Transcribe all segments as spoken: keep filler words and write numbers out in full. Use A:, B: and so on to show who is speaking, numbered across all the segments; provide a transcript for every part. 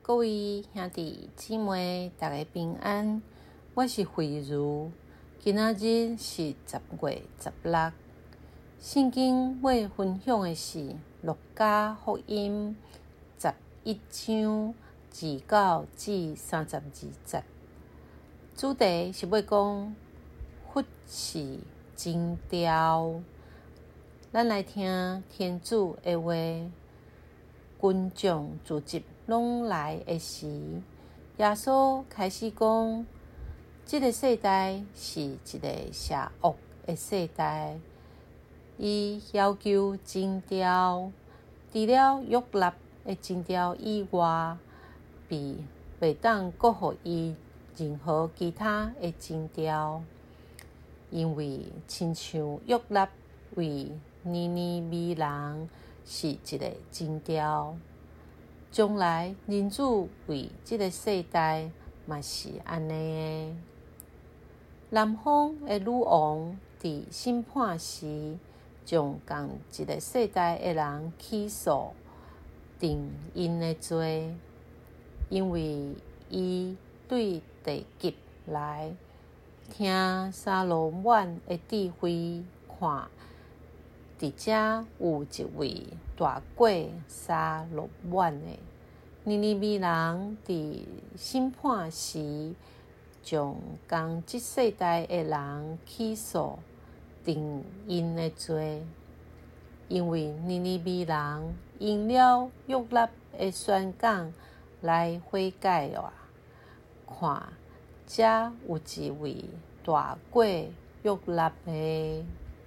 A: 各位兄弟姊妹，大家平安。我是慧如，今仔日是十月十六。圣经要分享的是《路加福音》十一章二到至三十二节。主题是要讲忽视情调。咱来听天主的话。群众聚集拢来的时，耶稣开始讲：这个世代是一个邪恶的世代，伊要求情调，除了约纳的情调以外，并袂当搁予伊任何其他的情调，因为亲像约纳为尼尼微人。是一个情调，将来人主为这个世代嘛是安尼的。南方的女王伫审判时，将共一个世代的人起诉，定因的罪，因为伊对地级来听沙罗满的智慧，看。伫遮有一位大过沙罗满的尼尼微人，伫审判时，将共即世代的人起诉，定因的罪，因为尼尼微人用了约纳的宣讲来悔改啊！看，遮有一位大过约纳的。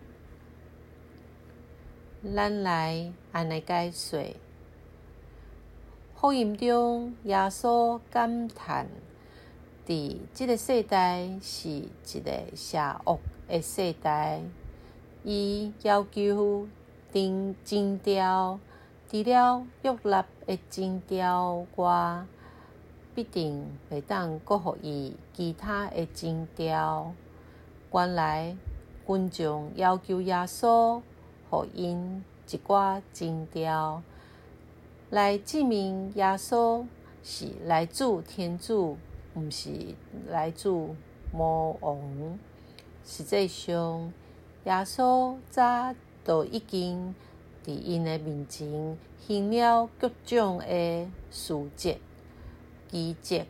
A: 咱来安尼解说，福音中耶稣感叹，伫这个世代是一个邪恶的世代，伊要求定情调，除了约纳的情调外，必定袂当搁予伊其他的情调。原来群众要求耶稣。予因一寡情调，来证明耶稣是来自天主，毋是来自魔王。实际上，耶稣早就已经伫因的面前行了各种的事迹、奇迹，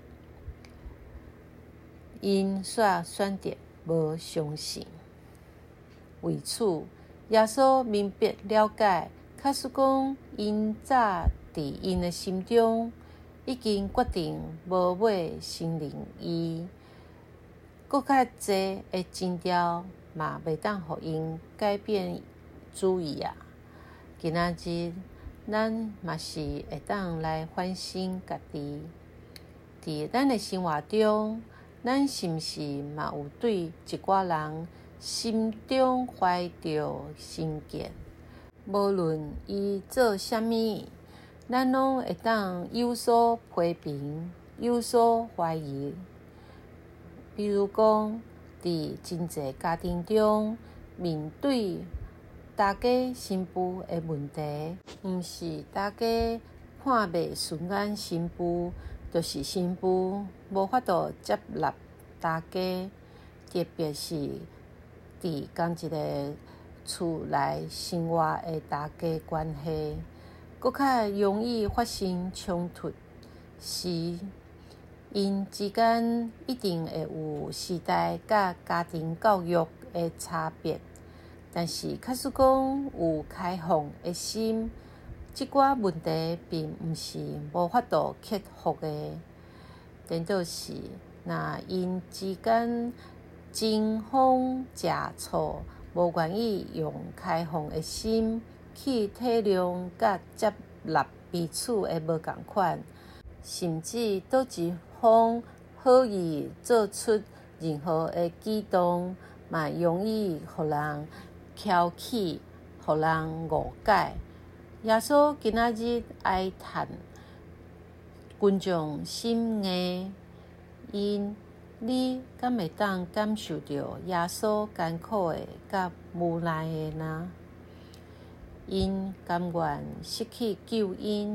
A: 因却选择无相信。为此，耶稣明白了解，假使讲因早伫因的心中已经决定无要承认伊，搁较济的情调嘛袂当互因改变主意啊！今仔日咱嘛是会当来反省家己，伫咱的生活中，咱是毋是嘛有对一寡人？心中怀着成见，无论伊做啥物，咱拢会当有所批评，有所怀疑。比如讲，伫真济家庭中，面对大家新妇的问题，毋是大家看袂顺眼新妇，就是新妇无法度接纳大家，特别是。伫同一个厝内生活的大家关系，搁较容易发生冲突时，因之间一定会有时代甲家庭教育的差别。但是，假使讲有开放的心，即寡问题并毋是无法度克服的。颠倒是，若因之间。争风吃醋，无愿意用开放的心去体谅甲接纳彼此的无共款，甚至倒一方好意做出任何的举动，嘛容易互人挑起，互人误解。耶稣今仔日哀叹群众心硬，因。你敢会当感受到耶稣艰苦的甲无奈的呢？因甘愿失去救恩，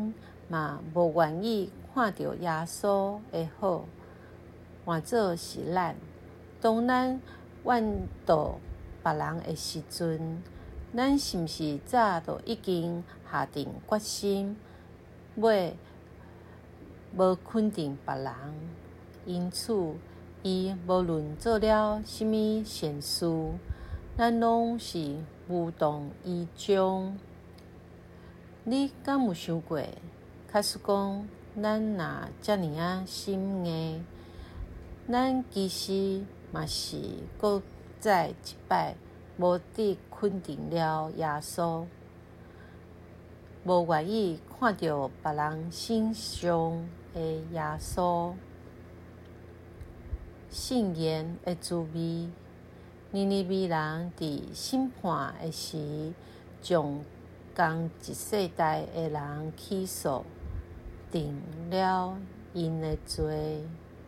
A: 嘛无愿意看到耶稣的好，换做是咱。当咱怨妒别人的时阵，咱是毋是早就已经下定决心，要无肯定别人？因此，伊无论做了甚物善事，咱拢是无动于衷。你敢有想过？假使讲，咱若遮尔啊心硬，咱其实嘛是搁再一摆无得肯定了耶稣，无愿意看到别人身上的耶稣。圣言的滋味，尼尼微人伫审判的时，将共一世代的人起诉，定了因的罪。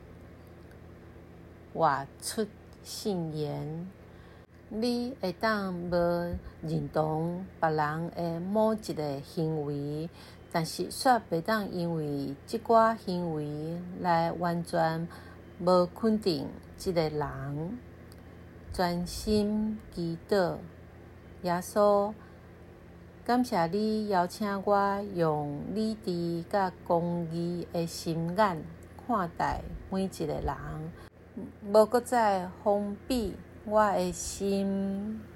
A: 活出圣言，你会当无认同别人的某一个行为，但是却袂当因为即寡行为来完全无肯定即个人。专心祈祷，耶稣，感谢你邀请我用理智甲公义的心眼看待每一个人，无搁再封闭我的心。